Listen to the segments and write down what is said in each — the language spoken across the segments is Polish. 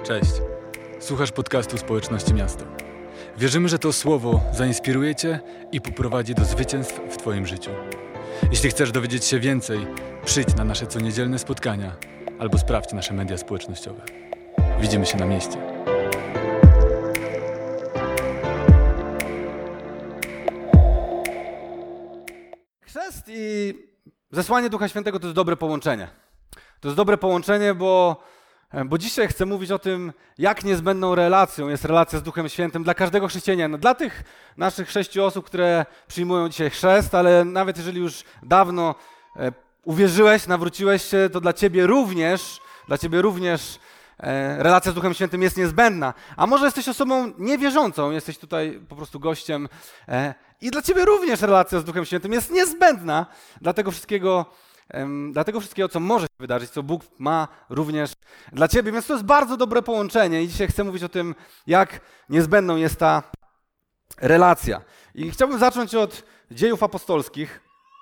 Cześć. Słuchasz podcastu Społeczności Miasto. Wierzymy, że to słowo zainspiruje Cię i poprowadzi do zwycięstw w Twoim życiu. Jeśli chcesz dowiedzieć się więcej, przyjdź na nasze coniedzielne spotkania albo sprawdź nasze media społecznościowe. Widzimy się na mieście. Chrzest i zesłanie Ducha Świętego to jest dobre połączenie. To jest dobre połączenie, bo dzisiaj chcę mówić o tym, jak niezbędną relacją jest relacja z Duchem Świętym dla każdego chrześcijanina. Dla tych naszych 6 osób, które przyjmują dzisiaj chrzest, ale nawet jeżeli już dawno uwierzyłeś, nawróciłeś się, to dla ciebie również relacja z Duchem Świętym jest niezbędna. A może jesteś osobą niewierzącą, jesteś tutaj po prostu gościem i dla ciebie również relacja z Duchem Świętym jest niezbędna dla tego wszystkiego, co może się wydarzyć, co Bóg ma również dla ciebie. Więc to jest bardzo dobre połączenie i dzisiaj chcę mówić o tym, jak niezbędną jest ta relacja. I chciałbym zacząć od Dziejów Apostolskich,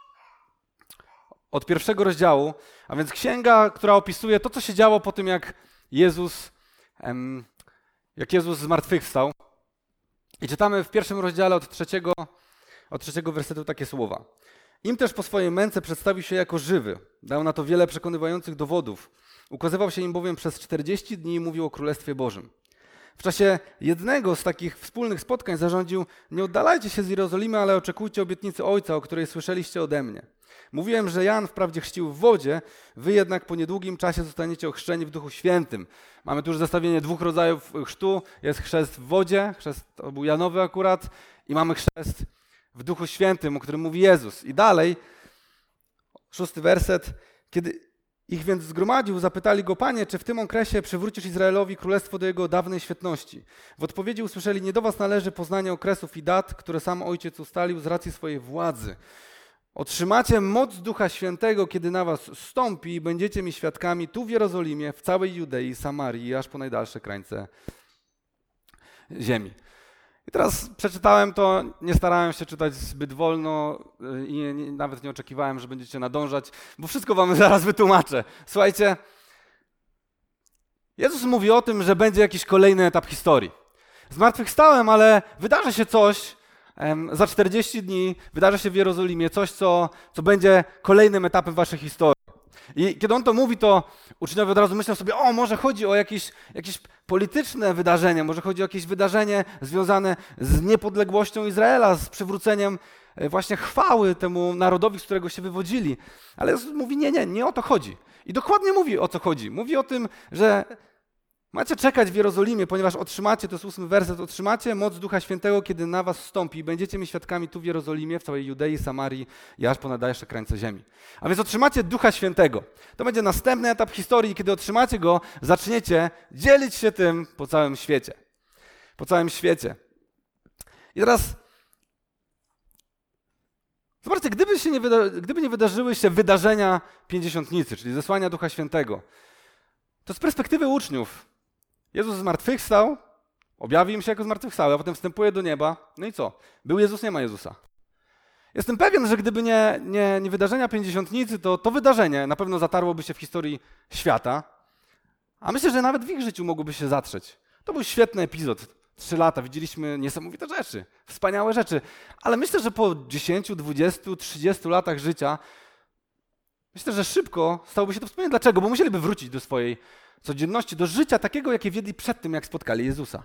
od 1 rozdziału, a więc księga, która opisuje to, co się działo po tym, jak Jezus zmartwychwstał. I czytamy w 1 rozdziale od trzeciego wersetu takie słowa. Im też po swojej męce przedstawił się jako żywy. Dał na to wiele przekonywających dowodów. Ukazywał się im bowiem przez 40 dni i mówił o Królestwie Bożym. W czasie jednego z takich wspólnych spotkań zarządził: nie oddalajcie się z Jerozolimy, ale oczekujcie obietnicy Ojca, o której słyszeliście ode mnie. Mówiłem, że Jan wprawdzie chrzcił w wodzie, wy jednak po niedługim czasie zostaniecie ochrzczeni w Duchu Świętym. Mamy tu już zestawienie 2 rodzajów chrztu. Jest chrzest w wodzie, chrzest to był Janowy akurat, i mamy chrzest w Duchu Świętym, o którym mówi Jezus. I dalej, 6 werset. Kiedy ich więc zgromadził, zapytali go: Panie, czy w tym okresie przywrócisz Izraelowi królestwo do jego dawnej świetności? W odpowiedzi usłyszeli: nie do was należy poznanie okresów i dat, które sam Ojciec ustalił z racji swojej władzy. Otrzymacie moc Ducha Świętego, kiedy na was zstąpi, i będziecie mi świadkami tu w Jerozolimie, w całej Judei, Samarii, aż po najdalsze krańce ziemi. I teraz przeczytałem to, nie starałem się czytać zbyt wolno i nawet nie oczekiwałem, że będziecie nadążać, bo wszystko wam zaraz wytłumaczę. Słuchajcie, Jezus mówi o tym, że będzie jakiś kolejny etap historii. Zmartwychwstałem, ale wydarzy się coś za 40 dni, wydarzy się w Jerozolimie coś, co będzie kolejnym etapem waszej historii. I kiedy on to mówi, to uczniowie od razu myślą sobie: o, może chodzi o jakieś polityczne wydarzenie, może chodzi o jakieś wydarzenie związane z niepodległością Izraela, z przywróceniem właśnie chwały temu narodowi, z którego się wywodzili. Ale Jezus mówi: nie o to chodzi. I dokładnie mówi, o co chodzi. Mówi o tym, że macie czekać w Jerozolimie, ponieważ otrzymacie, to jest 8 werset, otrzymacie moc Ducha Świętego, kiedy na was wstąpi. Będziecie mi świadkami tu w Jerozolimie, w całej Judei, Samarii i aż po najdalsze krańce ziemi. A więc otrzymacie Ducha Świętego. To będzie następny etap historii. Kiedy otrzymacie go, zaczniecie dzielić się tym po całym świecie. Po całym świecie. I teraz zobaczcie, gdyby nie wydarzyły się wydarzenia pięćdziesiątnicy, czyli zesłania Ducha Świętego, to z perspektywy uczniów Jezus zmartwychwstał, objawił im się jako zmartwychwstały, a potem wstępuje do nieba. No i co? Był Jezus, nie ma Jezusa. Jestem pewien, że gdyby nie wydarzenia pięćdziesiątnicy, to wydarzenie na pewno zatarłoby się w historii świata, a myślę, że nawet w ich życiu mogłoby się zatrzeć. To był świetny epizod. 3 lata, widzieliśmy niesamowite rzeczy, wspaniałe rzeczy, ale myślę, że po 10, 20, 30 latach życia myślę, że szybko stałoby się to wspomnienie. Dlaczego? Bo musieliby wrócić do swojej codzienności, do życia takiego, jakie wiedli przed tym, jak spotkali Jezusa.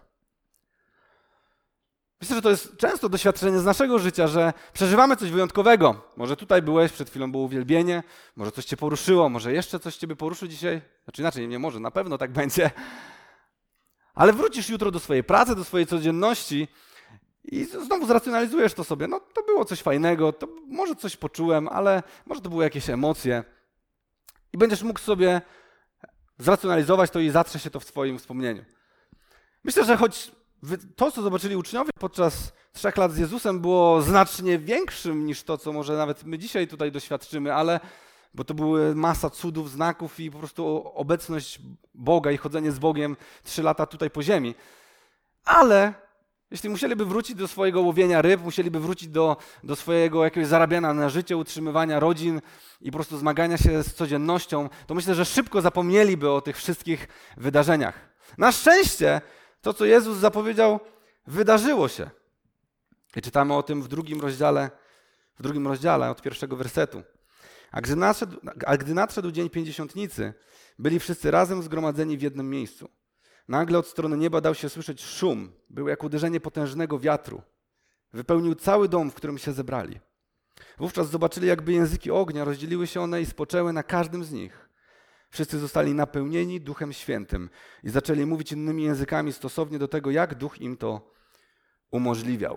Myślę, że to jest często doświadczenie z naszego życia, że przeżywamy coś wyjątkowego. Może tutaj byłeś, przed chwilą było uwielbienie, może coś cię poruszyło, może jeszcze coś ciebie poruszy dzisiaj. Znaczy inaczej, nie może, na pewno tak będzie. Ale wrócisz jutro do swojej pracy, do swojej codzienności i znowu zracjonalizujesz to sobie. No to było coś fajnego, to może coś poczułem, ale może to były jakieś emocje. I będziesz mógł sobie zracjonalizować to i zatrze się to w twoim wspomnieniu. Myślę, że choć to, co zobaczyli uczniowie podczas 3 lat z Jezusem, było znacznie większym niż to, co może nawet my dzisiaj tutaj doświadczymy, bo to były masa cudów, znaków i po prostu obecność Boga i chodzenie z Bogiem 3 lata tutaj po ziemi. Ale jeśli musieliby wrócić do swojego łowienia ryb, musieliby wrócić do swojego jakiegoś zarabiania na życie, utrzymywania rodzin i po prostu zmagania się z codziennością, to myślę, że szybko zapomnieliby o tych wszystkich wydarzeniach. Na szczęście to, co Jezus zapowiedział, wydarzyło się. I czytamy o tym w drugim rozdziale od 1 wersetu. A gdy nadszedł dzień Pięćdziesiątnicy, byli wszyscy razem zgromadzeni w jednym miejscu. Nagle od strony nieba dał się słyszeć szum. Był jak uderzenie potężnego wiatru. Wypełnił cały dom, w którym się zebrali. Wówczas zobaczyli, jakby języki ognia, rozdzieliły się one i spoczęły na każdym z nich. Wszyscy zostali napełnieni Duchem Świętym i zaczęli mówić innymi językami stosownie do tego, jak Duch im to umożliwiał.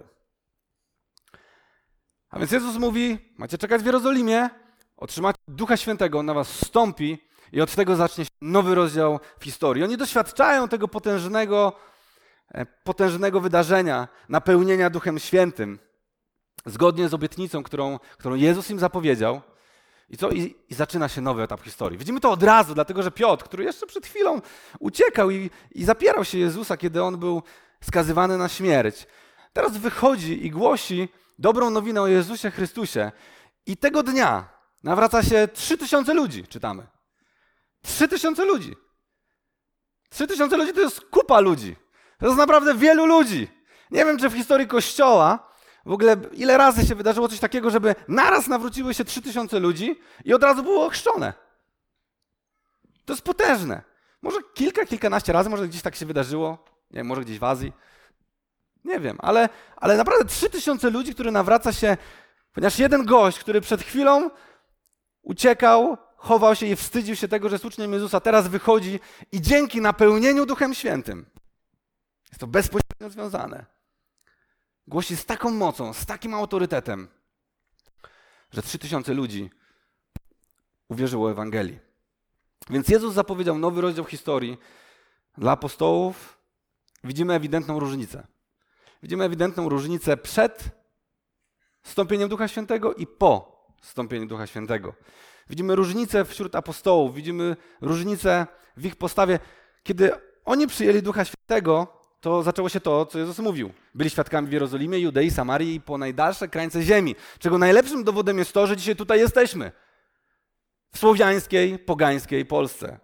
A więc Jezus mówi, macie czekać w Jerozolimie, otrzymacie Ducha Świętego, on na was zstąpi i od tego zacznie się nowy rozdział w historii. Oni doświadczają tego potężnego wydarzenia, napełnienia Duchem Świętym, zgodnie z obietnicą, którą Jezus im zapowiedział. I zaczyna się nowy etap historii. Widzimy to od razu, dlatego że Piotr, który jeszcze przed chwilą uciekał i zapierał się Jezusa, kiedy on był skazywany na śmierć, teraz wychodzi i głosi dobrą nowinę o Jezusie Chrystusie. I tego dnia nawraca się 3000 ludzi, czytamy. 3000 ludzi. 3000 ludzi to jest kupa ludzi. To jest naprawdę wielu ludzi. Nie wiem, czy w historii Kościoła w ogóle ile razy się wydarzyło coś takiego, żeby naraz nawróciły się 3000 ludzi i od razu było ochrzczone. To jest potężne. Może kilkanaście razy, może gdzieś tak się wydarzyło, nie wiem, może gdzieś w Azji. Nie wiem, ale naprawdę 3000 ludzi, które nawraca się, ponieważ jeden gość, który przed chwilą uciekał, chował się i wstydził się tego, że jest uczniem Jezusa, teraz wychodzi i dzięki napełnieniu Duchem Świętym, jest to bezpośrednio związane, głosi z taką mocą, z takim autorytetem, że 3000 ludzi uwierzyło Ewangelii. Więc Jezus zapowiedział nowy rozdział historii. Dla apostołów widzimy ewidentną różnicę. Widzimy ewidentną różnicę przed zstąpieniem Ducha Świętego i po zstąpieniu Ducha Świętego. Widzimy różnicę wśród apostołów, widzimy różnicę w ich postawie. Kiedy oni przyjęli Ducha Świętego, to zaczęło się to, co Jezus mówił. Byli świadkami w Jerozolimie, Judei, Samarii i po najdalsze krańce ziemi. Czego najlepszym dowodem jest to, że dzisiaj tutaj jesteśmy. W słowiańskiej, pogańskiej Polsce.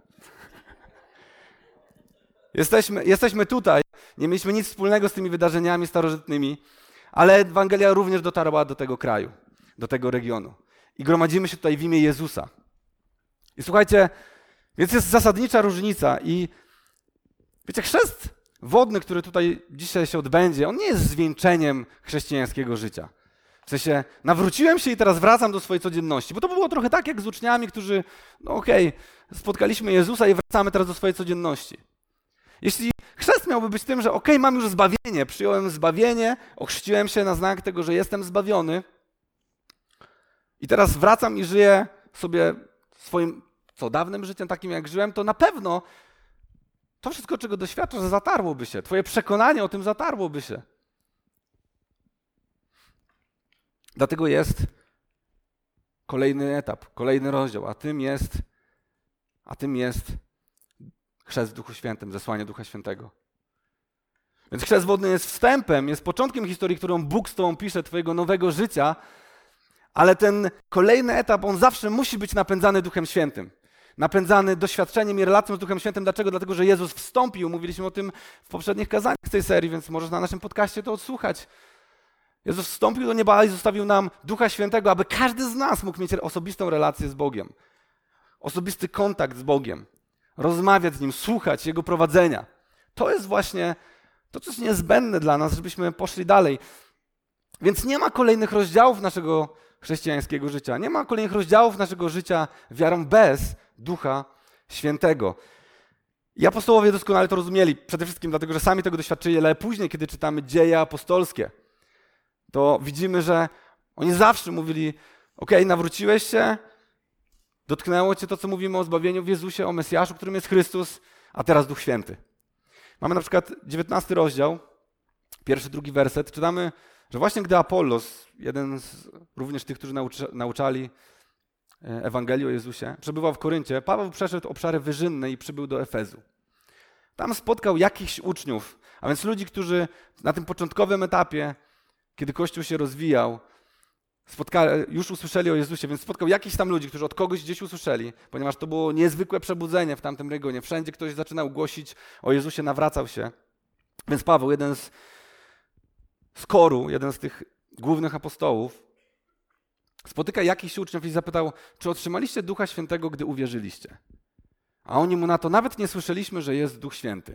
Jesteśmy tutaj. Nie mieliśmy nic wspólnego z tymi wydarzeniami starożytnymi, ale Ewangelia również dotarła do tego kraju, do tego regionu. I gromadzimy się tutaj w imię Jezusa. I słuchajcie, więc jest zasadnicza różnica i wiecie, chrzest wodny, który tutaj dzisiaj się odbędzie, on nie jest zwieńczeniem chrześcijańskiego życia. W sensie, nawróciłem się i teraz wracam do swojej codzienności. Bo to było trochę tak jak z uczniami, którzy, spotkaliśmy Jezusa i wracamy teraz do swojej codzienności. Jeśli chrzest miałby być tym, że mam już zbawienie, przyjąłem zbawienie, ochrzciłem się na znak tego, że jestem zbawiony i teraz wracam i żyję sobie swoim dawnym życiem, takim jak żyłem, to na pewno to wszystko, czego doświadczasz, zatarłoby się. Twoje przekonanie o tym zatarłoby się. Dlatego jest kolejny etap, kolejny rozdział, a tym jest chrzest w Duchu Świętym, zesłanie Ducha Świętego. Więc chrzest wodny jest wstępem, jest początkiem historii, którą Bóg z tobą pisze, twojego nowego życia, ale ten kolejny etap, on zawsze musi być napędzany Duchem Świętym. Napędzany doświadczeniem i relacją z Duchem Świętym. Dlaczego? Dlatego, że Jezus wstąpił. Mówiliśmy o tym w poprzednich kazaniach z tej serii, więc możesz na naszym podcaście to odsłuchać. Jezus wstąpił do nieba i zostawił nam Ducha Świętego, aby każdy z nas mógł mieć osobistą relację z Bogiem. Osobisty kontakt z Bogiem. Rozmawiać z Nim, słuchać Jego prowadzenia. To jest właśnie to, co jest niezbędne dla nas, żebyśmy poszli dalej. Więc nie ma kolejnych rozdziałów naszego chrześcijańskiego życia. Nie ma kolejnych rozdziałów naszego życia wiarą bez Ducha Świętego. I apostołowie doskonale to rozumieli, przede wszystkim dlatego, że sami tego doświadczyli, ale później, kiedy czytamy dzieje apostolskie, to widzimy, że oni zawsze mówili, nawróciłeś się, dotknęło cię to, co mówimy o zbawieniu w Jezusie, o Mesjaszu, którym jest Chrystus, a teraz Duch Święty. Mamy na przykład 19 rozdział, 1-2 werset, czytamy, że właśnie gdy Apollos, jeden z również tych, którzy nauczali Ewangelii o Jezusie, przebywał w Koryncie, Paweł przeszedł obszary wyżynne i przybył do Efezu. Tam spotkał jakichś uczniów, a więc ludzi, którzy na tym początkowym etapie, kiedy Kościół się rozwijał, już usłyszeli o Jezusie, więc spotkał jakichś tam ludzi, którzy od kogoś gdzieś usłyszeli, ponieważ to było niezwykłe przebudzenie w tamtym regionie. Wszędzie ktoś zaczynał głosić o Jezusie, nawracał się. Więc Paweł, jeden z koru, jeden z tych głównych apostołów, spotyka jakichś uczniów i zapytał, czy otrzymaliście Ducha Świętego, gdy uwierzyliście? A oni mu na to, nawet nie słyszeliśmy, że jest Duch Święty.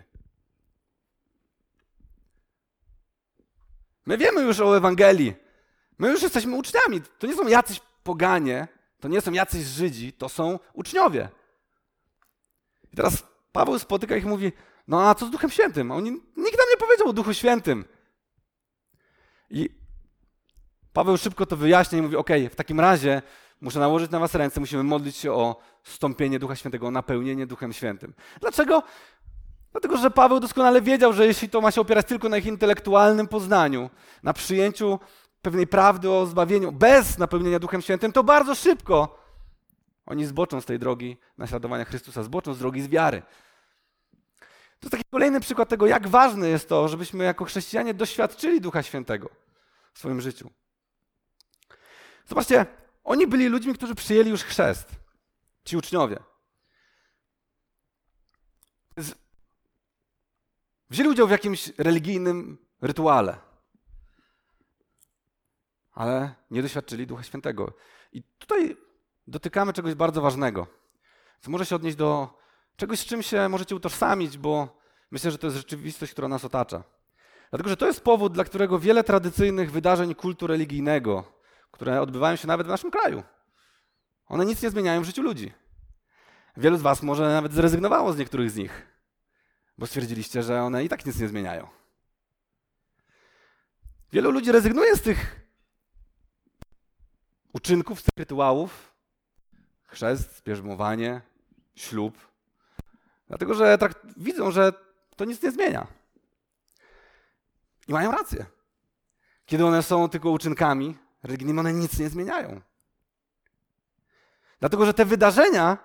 My wiemy już o Ewangelii. My już jesteśmy uczniami. To nie są jacyś poganie, to nie są jacyś Żydzi, to są uczniowie. I teraz Paweł spotyka ich i mówi, no a co z Duchem Świętym? A nikt nam nie powiedział o Duchu Świętym. I Paweł szybko to wyjaśnia i mówi, okej, w takim razie muszę nałożyć na was ręce, musimy modlić się o zstąpienie Ducha Świętego, o napełnienie Duchem Świętym. Dlaczego? Dlatego, że Paweł doskonale wiedział, że jeśli to ma się opierać tylko na ich intelektualnym poznaniu, na przyjęciu pewnej prawdy o zbawieniu bez napełnienia Duchem Świętym, to bardzo szybko oni zboczą z tej drogi naśladowania Chrystusa, zboczą z drogi z wiary. To jest taki kolejny przykład tego, jak ważne jest to, żebyśmy jako chrześcijanie doświadczyli Ducha Świętego w swoim życiu. Zobaczcie, oni byli ludźmi, którzy przyjęli już chrzest. Ci uczniowie. Wzięli udział w jakimś religijnym rytuale, ale nie doświadczyli Ducha Świętego. I tutaj dotykamy czegoś bardzo ważnego, co może się odnieść do czegoś, z czym się możecie utożsamić, bo myślę, że to jest rzeczywistość, która nas otacza. Dlatego, że to jest powód, dla którego wiele tradycyjnych wydarzeń kultu religijnego, które odbywają się nawet w naszym kraju, one nic nie zmieniają w życiu ludzi. Wielu z was może nawet zrezygnowało z niektórych z nich, bo stwierdziliście, że one i tak nic nie zmieniają. Wielu ludzi rezygnuje z tych uczynków, z tych rytuałów, chrzest, bierzmowanie, ślub, dlatego że widzą, że to nic nie zmienia. I mają rację. Kiedy one są tylko uczynkami religijnymi, one nic nie zmieniają. Dlatego, że te wydarzenia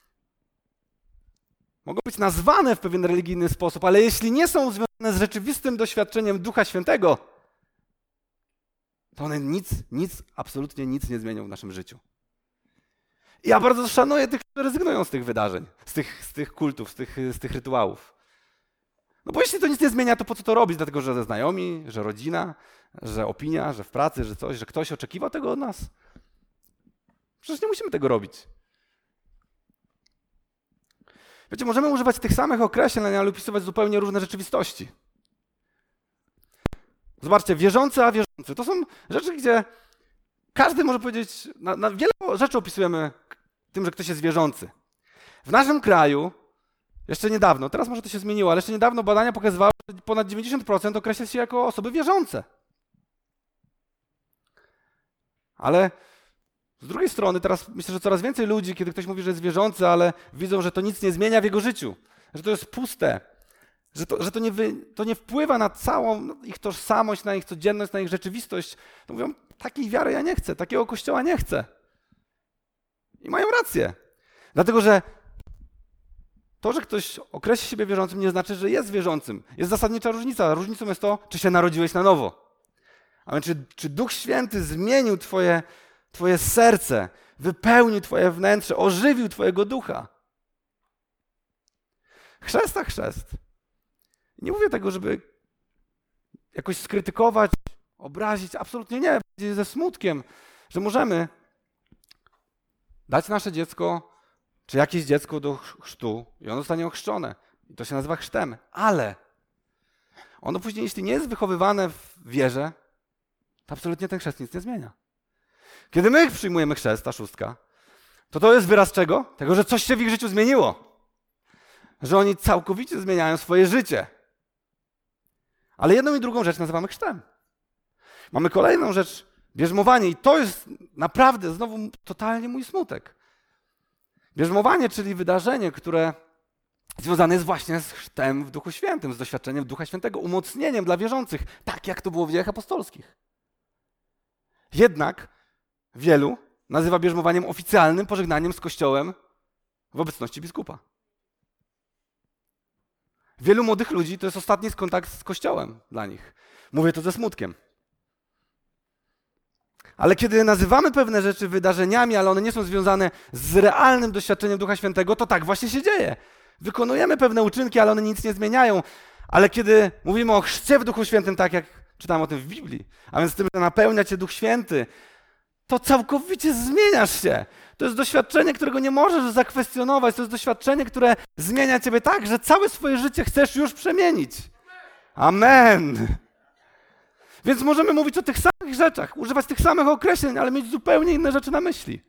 mogą być nazwane w pewien religijny sposób, ale jeśli nie są związane z rzeczywistym doświadczeniem Ducha Świętego, to one absolutnie nic nie zmienią w naszym życiu. I ja bardzo szanuję tych, którzy rezygnują z tych wydarzeń, z tych kultów, z tych rytuałów. No bo jeśli to nic nie zmienia, to po co to robić? Dlatego, że ze znajomi, że rodzina, że opinia, że w pracy, że coś, że ktoś oczekiwał tego od nas. Przecież nie musimy tego robić. Wiecie, możemy używać tych samych określeń, ale opisywać zupełnie różne rzeczywistości. Zobaczcie, wierzący, a wierzący. To są rzeczy, gdzie każdy może powiedzieć, na wiele rzeczy opisujemy tym, że ktoś jest wierzący. W naszym kraju, jeszcze niedawno, teraz może to się zmieniło, ale jeszcze niedawno badania pokazywały, że ponad 90% określa się jako osoby wierzące. Ale z drugiej strony teraz myślę, że coraz więcej ludzi, kiedy ktoś mówi, że jest wierzący, ale widzą, że to nic nie zmienia w jego życiu, że to jest puste, że to nie wpływa na całą ich tożsamość, na ich codzienność, na ich rzeczywistość, to mówią, takiej wiary ja nie chcę, takiego kościoła nie chcę. I mają rację. Dlatego, że to, że ktoś określi siebie wierzącym, nie znaczy, że jest wierzącym. Jest zasadnicza różnica. Różnicą jest to, czy się narodziłeś na nowo. A więc czy Duch Święty zmienił twoje serce, wypełnił twoje wnętrze, ożywił twojego ducha. Chrzest a chrzest. Nie mówię tego, żeby jakoś skrytykować, obrazić. Absolutnie nie. Będzie ze smutkiem, że możemy dać nasze dziecko, czy jakieś dziecko do chrztu i ono zostanie ochrzczone. I to się nazywa chrztem. Ale ono później, jeśli nie jest wychowywane w wierze, to absolutnie ten chrzest nic nie zmienia. Kiedy my przyjmujemy chrzest, ta szóstka, to jest wyraz czego? Tego, że coś się w ich życiu zmieniło. Że oni całkowicie zmieniają swoje życie. Ale jedną i drugą rzecz nazywamy chrztem. Mamy kolejną rzecz, bierzmowanie. I to jest naprawdę znowu totalnie mój smutek. Bierzmowanie, czyli wydarzenie, które związane jest właśnie z chrztem w Duchu Świętym, z doświadczeniem Ducha Świętego, umocnieniem dla wierzących, tak jak to było w Dziejach Apostolskich. Jednak wielu nazywa bierzmowaniem oficjalnym pożegnaniem z Kościołem w obecności biskupa. Wielu młodych ludzi to jest ostatni kontakt z Kościołem dla nich. Mówię to ze smutkiem. Ale kiedy nazywamy pewne rzeczy wydarzeniami, ale one nie są związane z realnym doświadczeniem Ducha Świętego, to tak właśnie się dzieje. Wykonujemy pewne uczynki, ale one nic nie zmieniają. Ale kiedy mówimy o chrzcie w Duchu Świętym, tak jak czytamy o tym w Biblii, a więc tym, że napełnia cię Duch Święty, to całkowicie zmieniasz się. To jest doświadczenie, którego nie możesz zakwestionować. To jest doświadczenie, które zmienia ciebie tak, że całe swoje życie chcesz już przemienić. Amen. Więc możemy mówić o tych samych rzeczach, używać tych samych określeń, ale mieć zupełnie inne rzeczy na myśli.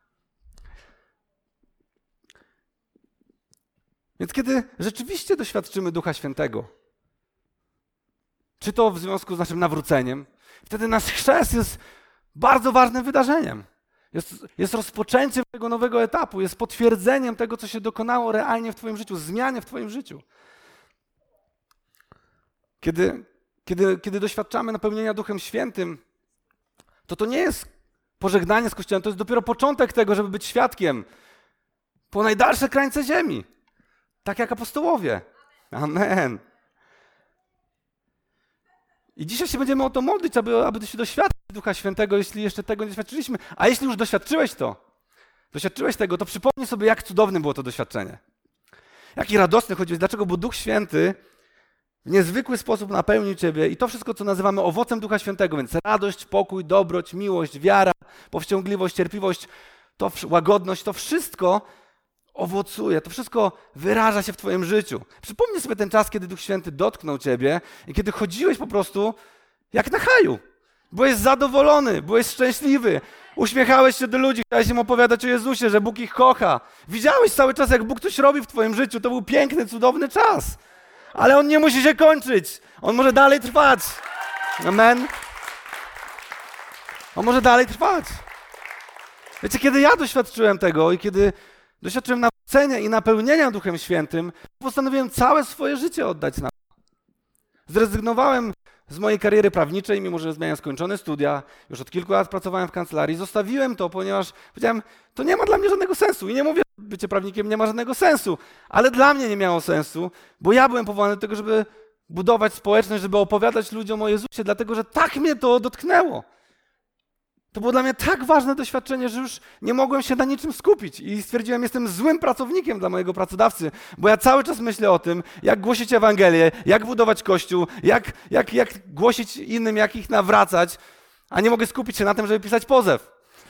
Więc kiedy rzeczywiście doświadczymy Ducha Świętego, czy to w związku z naszym nawróceniem, wtedy nasz chrzest jest bardzo ważnym wydarzeniem. Jest rozpoczęciem tego nowego etapu, jest potwierdzeniem tego, co się dokonało realnie w twoim życiu, zmianie w twoim życiu. Kiedy doświadczamy napełnienia Duchem Świętym, to nie jest pożegnanie z Kościołem, to jest dopiero początek tego, żeby być świadkiem po najdalsze krańce ziemi. Tak jak apostołowie. Amen. I dzisiaj się będziemy o to modlić, aby się doświadczyć Ducha Świętego, jeśli jeszcze tego nie doświadczyliśmy. A jeśli już doświadczyłeś tego, to przypomnij sobie, jak cudowne było to doświadczenie. Jaki radosny chodziłeś. Dlaczego? Bo Duch Święty w niezwykły sposób napełnił ciebie i to wszystko, co nazywamy owocem Ducha Świętego, więc radość, pokój, dobroć, miłość, wiara, powściągliwość, cierpliwość, łagodność, to wszystko owocuje, to wszystko wyraża się w twoim życiu. Przypomnij sobie ten czas, kiedy Duch Święty dotknął ciebie i kiedy chodziłeś po prostu jak na haju. Byłeś zadowolony, byłeś szczęśliwy, uśmiechałeś się do ludzi, chciałeś im opowiadać o Jezusie, że Bóg ich kocha. Widziałeś cały czas, jak Bóg coś robi w twoim życiu. To był piękny, cudowny czas. Ale on nie musi się kończyć. On może dalej trwać. Amen. On może dalej trwać. Wiecie, kiedy ja doświadczyłem tego i kiedy doświadczyłem nawrócenia i napełnienia Duchem Świętym, postanowiłem całe swoje życie oddać na to. Zrezygnowałem z mojej kariery prawniczej, mimo że miałem skończone studia, już od kilku lat pracowałem w kancelarii, zostawiłem to, ponieważ powiedziałem, to nie ma dla mnie żadnego sensu. I nie mówię, że bycie prawnikiem nie ma żadnego sensu, ale dla mnie nie miało sensu, bo ja byłem powołany do tego, żeby budować społeczność, żeby opowiadać ludziom o Jezusie, dlatego że tak mnie to dotknęło. To było dla mnie tak ważne doświadczenie, że już nie mogłem się na niczym skupić i stwierdziłem, jestem złym pracownikiem dla mojego pracodawcy, bo ja cały czas myślę o tym, jak głosić Ewangelię, jak budować Kościół, jak głosić innym, jak ich nawracać, a nie mogę skupić się na tym, żeby pisać pozew.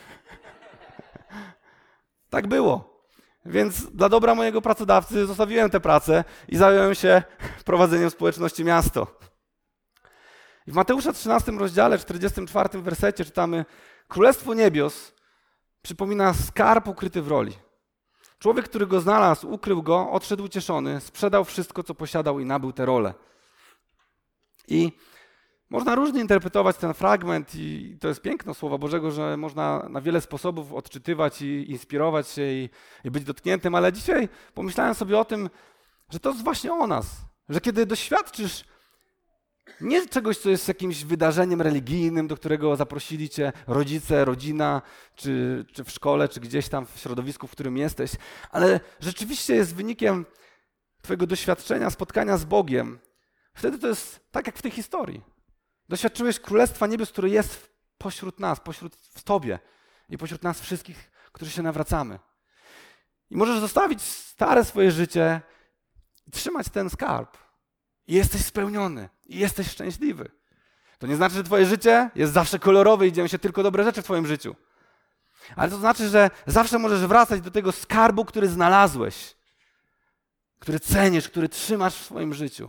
Tak było. Więc dla dobra mojego pracodawcy zostawiłem tę pracę i zająłem się prowadzeniem społeczności Miasto. I w Mateusza 13 rozdziale, 44 wersecie czytamy: Królestwo niebios przypomina skarb ukryty w roli. Człowiek, który go znalazł, ukrył go, odszedł ucieszony, sprzedał wszystko, co posiadał i nabył tę rolę. I można różnie interpretować ten fragment i to jest piękno Słowa Bożego, że można na wiele sposobów odczytywać i inspirować się i być dotkniętym, ale dzisiaj pomyślałem sobie o tym, że to jest właśnie o nas, że kiedy doświadczysz nie czegoś, co jest jakimś wydarzeniem religijnym, do którego zaprosili cię rodzice, rodzina, czy w szkole, czy gdzieś tam w środowisku, w którym jesteś, ale rzeczywiście jest wynikiem twojego doświadczenia, spotkania z Bogiem. Wtedy to jest tak jak w tej historii. Doświadczyłeś Królestwa Niebios, które jest pośród nas, w tobie i pośród nas wszystkich, którzy się nawracamy. I możesz zostawić stare swoje życie i trzymać ten skarb. I jesteś spełniony. I jesteś szczęśliwy. To nie znaczy, że twoje życie jest zawsze kolorowe i dzieją się tylko dobre rzeczy w twoim życiu. Ale to znaczy, że zawsze możesz wracać do tego skarbu, który znalazłeś, który cenisz, który trzymasz w swoim życiu.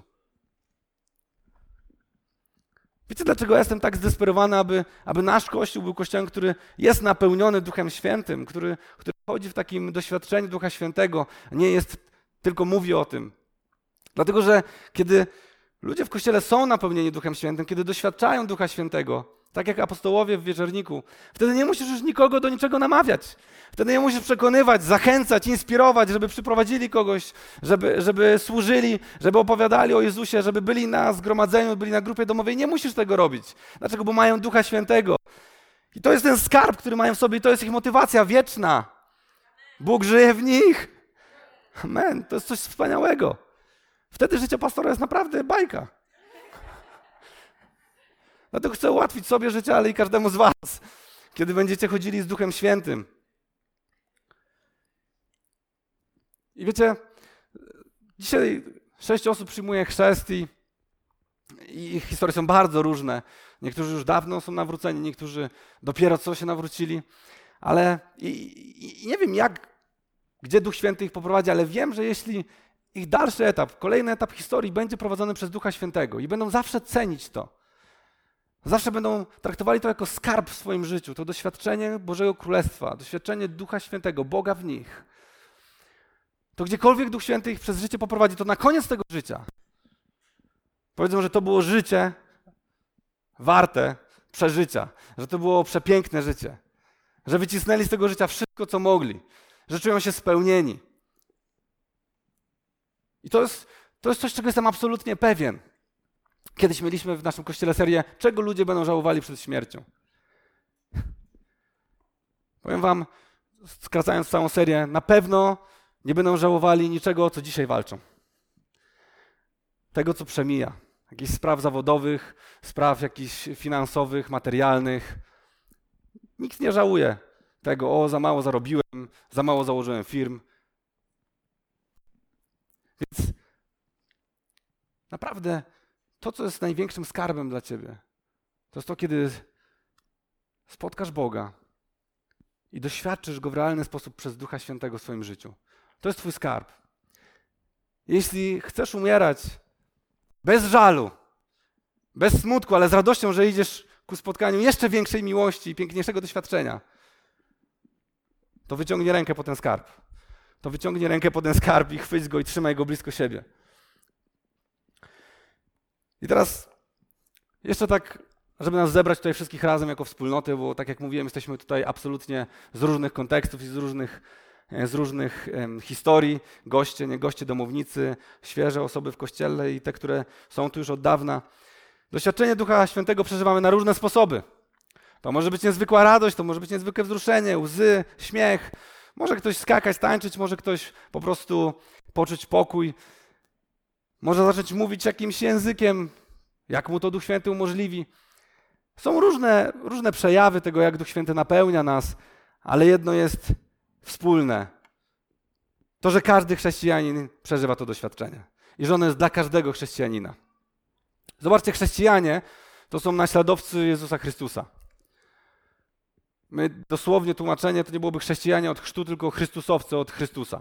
Wiecie, dlaczego ja jestem tak zdesperowany, aby nasz Kościół był Kościołem, który jest napełniony Duchem Świętym, który chodzi w takim doświadczeniu Ducha Świętego, nie jest, tylko mówi o tym. Dlatego, że kiedy ludzie w Kościele są napełnieni Duchem Świętym, kiedy doświadczają Ducha Świętego, tak jak apostołowie w wieczorniku, wtedy nie musisz już nikogo do niczego namawiać. Wtedy nie musisz przekonywać, zachęcać, inspirować, żeby przyprowadzili kogoś, żeby służyli, żeby opowiadali o Jezusie, żeby byli na zgromadzeniu, byli na grupie domowej. Nie musisz tego robić. Dlaczego? Bo mają Ducha Świętego. I to jest ten skarb, który mają w sobie i to jest ich motywacja wieczna. Bóg żyje w nich. Amen. To jest coś wspaniałego. Wtedy życie pastora jest naprawdę bajka. Dlatego chcę ułatwić sobie życie, ale i każdemu z was. kiedy będziecie chodzili z Duchem Świętym. I wiecie, dzisiaj 6 osób przyjmuje chrzest i ich historie są bardzo różne. Niektórzy już dawno są nawróceni, niektórzy dopiero co się nawrócili, ale nie wiem gdzie Duch Święty ich poprowadzi, ale wiem, że jeśli ich dalszy etap, kolejny etap historii będzie prowadzony przez Ducha Świętego i będą zawsze cenić to, zawsze będą traktowali to jako skarb w swoim życiu, to doświadczenie Bożego Królestwa, doświadczenie Ducha Świętego, Boga w nich, to gdziekolwiek Duch Święty ich przez życie poprowadzi, to na koniec tego życia powiedzą, że to było życie warte przeżycia, że to było przepiękne życie, że wycisnęli z tego życia wszystko, co mogli, że czują się spełnieni. I to jest coś, czego jestem absolutnie pewien. Kiedyś mieliśmy w naszym kościele serię, czego ludzie będą żałowali przed śmiercią. Powiem wam, skracając całą serię, na pewno nie będą żałowali niczego, o co dzisiaj walczą. Tego, co przemija. Jakichś spraw zawodowych, spraw jakichś finansowych, materialnych. Nikt nie żałuje tego, za mało zarobiłem, za mało założyłem firm. Więc naprawdę to, co jest największym skarbem dla ciebie, to jest to, kiedy spotkasz Boga i doświadczysz Go w realny sposób przez Ducha Świętego w swoim życiu. To jest twój skarb. Jeśli chcesz umierać bez żalu, bez smutku, ale z radością, że idziesz ku spotkaniu jeszcze większej miłości i piękniejszego doświadczenia, to wyciągnij rękę po ten skarb. To wyciągnij rękę po ten skarb i chwyć go i trzymaj go blisko siebie. I teraz jeszcze tak, żeby nas zebrać tutaj wszystkich razem jako wspólnotę, bo tak jak mówiłem, jesteśmy tutaj absolutnie z różnych kontekstów i z różnych historii, goście, nie goście, domownicy, świeże osoby w kościele i te, które są tu już od dawna. Doświadczenie Ducha Świętego przeżywamy na różne sposoby. To może być niezwykła radość, to może być niezwykłe wzruszenie, łzy, śmiech. Może ktoś skakać, tańczyć, może ktoś po prostu poczuć pokój. Może zacząć mówić jakimś językiem, jak mu to Duch Święty umożliwi. Są różne przejawy tego, jak Duch Święty napełnia nas, ale jedno jest wspólne. To, że każdy chrześcijanin przeżywa to doświadczenie i że ono jest dla każdego chrześcijanina. Zobaczcie, chrześcijanie to są naśladowcy Jezusa Chrystusa. My dosłownie tłumaczenie to nie byłoby chrześcijanie od chrztu, tylko chrystusowcy od Chrystusa.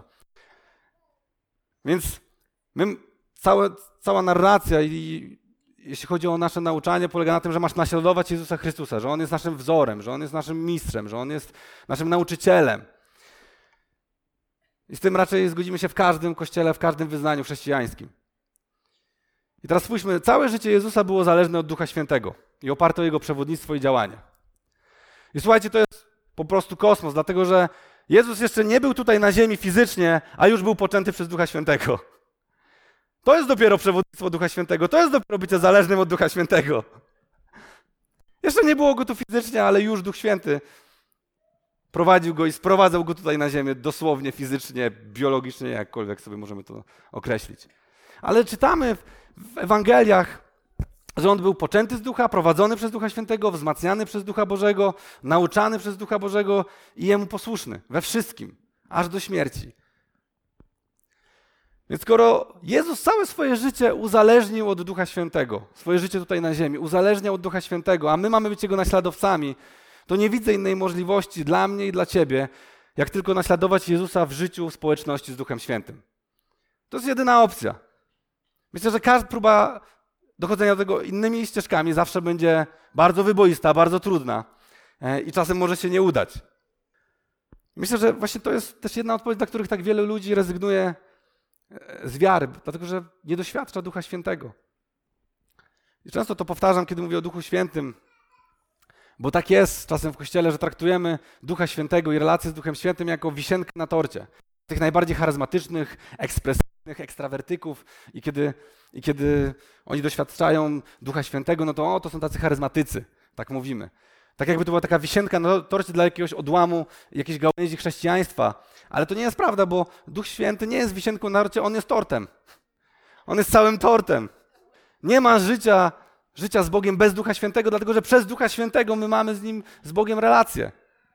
Więc cała narracja i jeśli chodzi o nasze nauczanie, polega na tym, że masz naśladować Jezusa Chrystusa, że On jest naszym wzorem, że On jest naszym mistrzem, że On jest naszym nauczycielem. I z tym raczej zgodzimy się w każdym kościele, w każdym wyznaniu chrześcijańskim. I teraz spójrzmy, całe życie Jezusa było zależne od Ducha Świętego i oparte o Jego przewodnictwo i działanie. I słuchajcie, to jest po prostu kosmos, dlatego że Jezus jeszcze nie był tutaj na ziemi fizycznie, a już był poczęty przez Ducha Świętego. To jest dopiero przewodnictwo Ducha Świętego, to jest dopiero bycie zależnym od Ducha Świętego. Jeszcze nie było go tu fizycznie, ale już Duch Święty prowadził go i sprowadzał go tutaj na ziemię dosłownie, fizycznie, biologicznie, jakkolwiek sobie możemy to określić. Ale czytamy w Ewangeliach, że on był poczęty z Ducha, prowadzony przez Ducha Świętego, wzmacniany przez Ducha Bożego, nauczany przez Ducha Bożego i Jemu posłuszny we wszystkim, aż do śmierci. Więc skoro Jezus całe swoje życie uzależnił od Ducha Świętego, swoje życie tutaj na ziemi, uzależniał od Ducha Świętego, a my mamy być Jego naśladowcami, to nie widzę innej możliwości dla mnie i dla ciebie, jak tylko naśladować Jezusa w życiu w społeczności z Duchem Świętym. To jest jedyna opcja. Myślę, że każda próba dochodzenia do tego innymi ścieżkami zawsze będzie bardzo wyboista, bardzo trudna i czasem może się nie udać. Myślę, że właśnie to jest też jedna odpowiedź, dla których tak wielu ludzi rezygnuje z wiary, dlatego że nie doświadcza Ducha Świętego. I często to powtarzam, kiedy mówię o Duchu Świętym, bo tak jest czasem w Kościele, że traktujemy Ducha Świętego i relacje z Duchem Świętym jako wisienkę na torcie. Tych najbardziej charyzmatycznych, ekspresyjnych, ekstrawertyków i kiedy oni doświadczają Ducha Świętego, no to są tacy charyzmatycy, tak mówimy. Tak jakby to była taka wisienka na torcie dla jakiegoś odłamu, jakiejś gałęzi chrześcijaństwa. Ale to nie jest prawda, bo Duch Święty nie jest wisienką na torcie, On jest tortem. On jest całym tortem. Nie ma życia życia z Bogiem bez Ducha Świętego, dlatego że przez Ducha Świętego my mamy z Bogiem relację.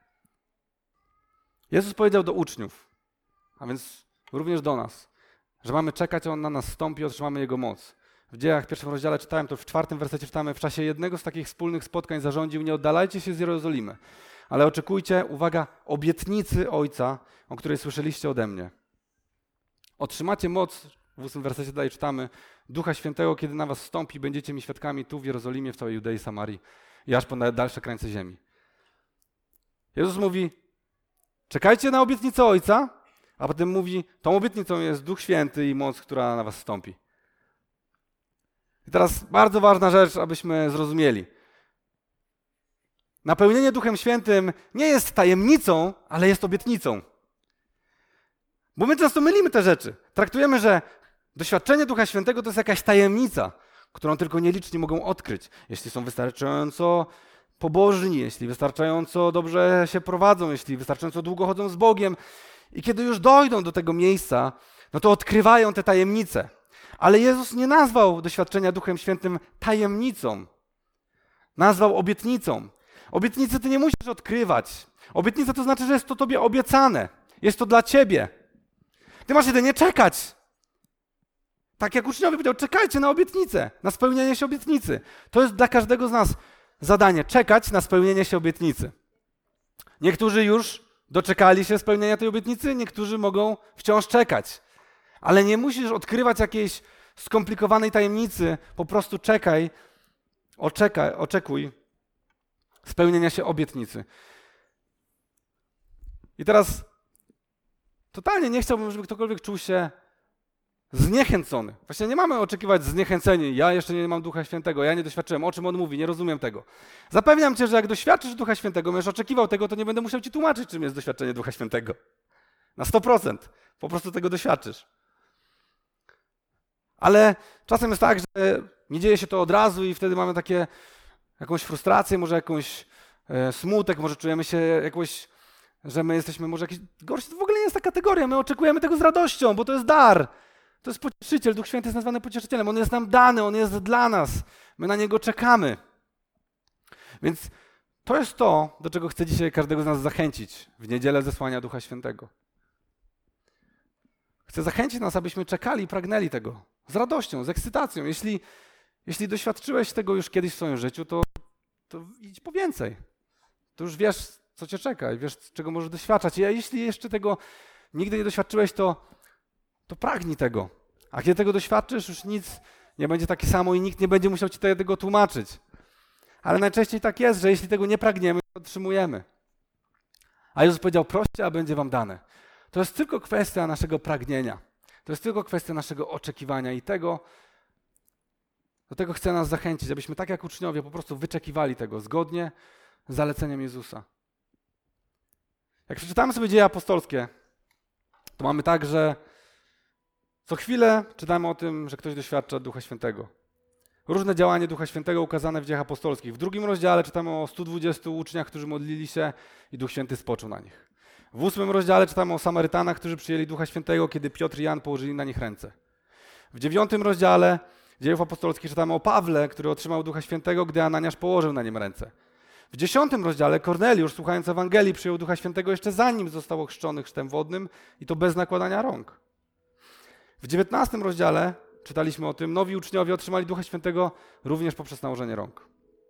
Jezus powiedział do uczniów, a więc również do nas, że mamy czekać, a On na nas wstąpi i otrzymamy Jego moc. W Dziejach, w 1 rozdziale czytałem, to w 4 wersecie czytamy, w czasie jednego z takich wspólnych spotkań zarządził, nie oddalajcie się z Jerozolimy, ale oczekujcie, uwaga, obietnicy Ojca, o której słyszeliście ode mnie. Otrzymacie moc, w 8 wersecie dalej czytamy, Ducha Świętego, kiedy na was wstąpi, będziecie mi świadkami tu w Jerozolimie, w całej Judei, Samarii i aż po dalsze krańce ziemi. Jezus mówi, czekajcie na obietnicę Ojca, a potem mówi, tą obietnicą jest Duch Święty i moc, która na was wstąpi. I teraz bardzo ważna rzecz, abyśmy zrozumieli. Napełnienie Duchem Świętym nie jest tajemnicą, ale jest obietnicą. Bo my często mylimy te rzeczy. Traktujemy, że doświadczenie Ducha Świętego to jest jakaś tajemnica, którą tylko nieliczni mogą odkryć, jeśli są wystarczająco pobożni, jeśli wystarczająco dobrze się prowadzą, jeśli wystarczająco długo chodzą z Bogiem. I kiedy już dojdą do tego miejsca, no to odkrywają te tajemnice. Ale Jezus nie nazwał doświadczenia Duchem Świętym tajemnicą. Nazwał obietnicą. Obietnicy ty nie musisz odkrywać. Obietnica to znaczy, że jest to tobie obiecane. Jest to dla ciebie. Ty masz jedynie czekać. Tak jak uczniowie powiedział, czekajcie na obietnicę, na spełnienie się obietnicy. To jest dla każdego z nas zadanie, czekać na spełnienie się obietnicy. Niektórzy już doczekali się spełnienia tej obietnicy, niektórzy mogą wciąż czekać. Ale nie musisz odkrywać jakiejś skomplikowanej tajemnicy, po prostu czekaj, oczekuj spełnienia się obietnicy. I teraz totalnie nie chciałbym, żeby ktokolwiek czuł się zniechęcony. Właśnie nie mamy oczekiwać zniechęceni. Ja jeszcze nie mam Ducha Świętego, ja nie doświadczyłem. O czym on mówi? Nie rozumiem tego. Zapewniam cię, że jak doświadczysz Ducha Świętego, będziesz oczekiwał tego, to nie będę musiał ci tłumaczyć, czym jest doświadczenie Ducha Świętego. Na 100%. Po prostu tego doświadczysz. Ale czasem jest tak, że nie dzieje się to od razu i wtedy mamy jakąś frustrację, może jakąś smutek, może czujemy się jakoś, że my jesteśmy może jakiś gorsi. To w ogóle nie jest ta kategoria. My oczekujemy tego z radością, bo to jest dar. To jest pocieszyciel. Duch Święty jest nazwany pocieszycielem. On jest nam dany, on jest dla nas. My na niego czekamy. Więc to jest to, do czego chcę dzisiaj każdego z nas zachęcić w niedzielę zesłania Ducha Świętego. Chcę zachęcić nas, abyśmy czekali i pragnęli tego z radością, z ekscytacją. Jeśli doświadczyłeś tego już kiedyś w swoim życiu, to idź po więcej. To już wiesz, co cię czeka i wiesz, czego możesz doświadczać. A jeśli jeszcze tego nigdy nie doświadczyłeś, to pragnij tego. A kiedy tego doświadczysz, już nic nie będzie takie samo i nikt nie będzie musiał ci tego tłumaczyć. Ale najczęściej tak jest, że jeśli tego nie pragniemy, to otrzymujemy. A Jezus powiedział, proście, a będzie wam dane. To jest tylko kwestia naszego pragnienia. To jest tylko kwestia naszego oczekiwania i do tego chcę nas zachęcić, abyśmy tak jak uczniowie po prostu wyczekiwali tego zgodnie z zaleceniem Jezusa. Jak przeczytamy sobie Dzieje apostolskie, to mamy tak, że co chwilę czytamy o tym, że ktoś doświadcza Ducha Świętego. Różne działanie Ducha Świętego ukazane w Dziejach apostolskich. W 2 rozdziale czytamy o 120 uczniach, którzy modlili się i Duch Święty spoczął na nich. W 8 rozdziale czytamy o Samarytanach, którzy przyjęli Ducha Świętego, kiedy Piotr i Jan położyli na nich ręce. W 9 rozdziale Dziejów apostolskich czytamy o Pawle, który otrzymał Ducha Świętego, gdy Ananiasz położył na nim ręce. W 10 rozdziale Korneliusz, słuchając Ewangelii, przyjął Ducha Świętego jeszcze zanim został ochrzczony chrztem wodnym i to bez nakładania rąk. W 19 rozdziale czytaliśmy o tym, nowi uczniowie otrzymali Ducha Świętego również poprzez nałożenie rąk.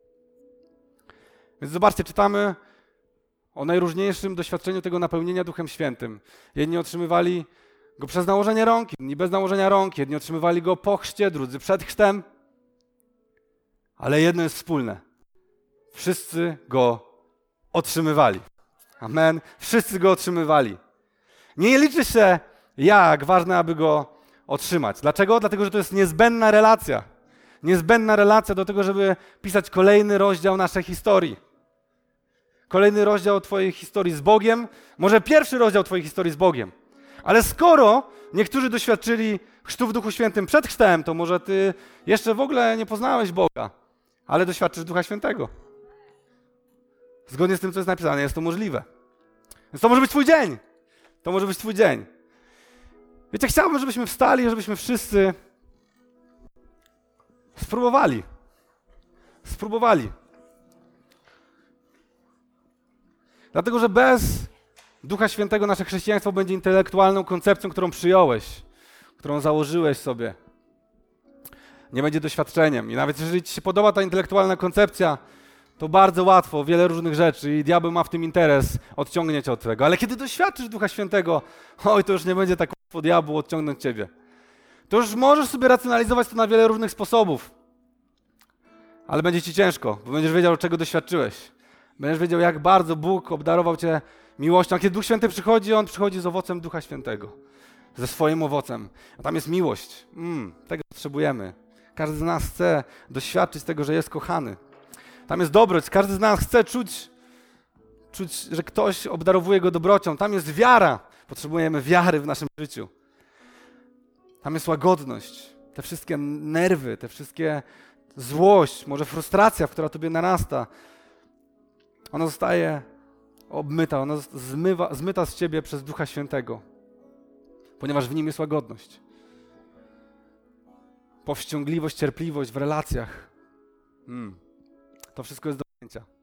Więc zobaczcie, czytamy o najróżniejszym doświadczeniu tego napełnienia Duchem Świętym. Jedni otrzymywali go przez nałożenie rąk, inni bez nałożenia rąk, jedni otrzymywali go po chrzcie, drudzy przed chrztem. Ale jedno jest wspólne. Wszyscy go otrzymywali. Amen. Wszyscy go otrzymywali. Nie liczy się jak, ważne, aby go otrzymać. Dlaczego? Dlatego, że to jest niezbędna relacja. Niezbędna relacja do tego, żeby pisać kolejny rozdział naszej historii. Kolejny rozdział twojej historii z Bogiem, może pierwszy rozdział twojej historii z Bogiem. Ale skoro niektórzy doświadczyli chrztu w Duchu Świętym przed chrztem, to może ty jeszcze w ogóle nie poznałeś Boga, ale doświadczysz Ducha Świętego. Zgodnie z tym, co jest napisane, jest to możliwe. Więc to może być twój dzień. To może być twój dzień. Wiecie, chciałbym, żebyśmy wstali, żebyśmy wszyscy spróbowali. spróbowali. Dlatego, że bez Ducha Świętego nasze chrześcijaństwo będzie intelektualną koncepcją, którą przyjąłeś, którą założyłeś sobie. Nie będzie doświadczeniem. I nawet jeżeli ci się podoba ta intelektualna koncepcja, to bardzo łatwo, wiele różnych rzeczy i diabeł ma w tym interes, odciągnie cię od tego. Ale kiedy doświadczysz Ducha Świętego, oj, to już nie będzie tak łatwo diabłu odciągnąć ciebie. To już możesz sobie racjonalizować to na wiele różnych sposobów. Ale będzie ci ciężko, bo będziesz wiedział, czego doświadczyłeś. Będziesz wiedział, jak bardzo Bóg obdarował cię miłością. A kiedy Duch Święty przychodzi, On przychodzi z owocem Ducha Świętego. Ze swoim owocem. A tam jest miłość. Tego potrzebujemy. Każdy z nas chce doświadczyć tego, że jest kochany. Tam jest dobroć. Każdy z nas chce czuć, że ktoś obdarowuje go dobrocią. Tam jest wiara. Potrzebujemy wiary w naszym życiu. Tam jest łagodność. Te wszystkie nerwy, te wszystkie złość, może frustracja, która tobie narasta. Ona zostaje obmyta, ona zmyta z ciebie przez Ducha Świętego. Ponieważ w nim jest łagodność. Powściągliwość, cierpliwość w relacjach. To wszystko jest do przyjęcia.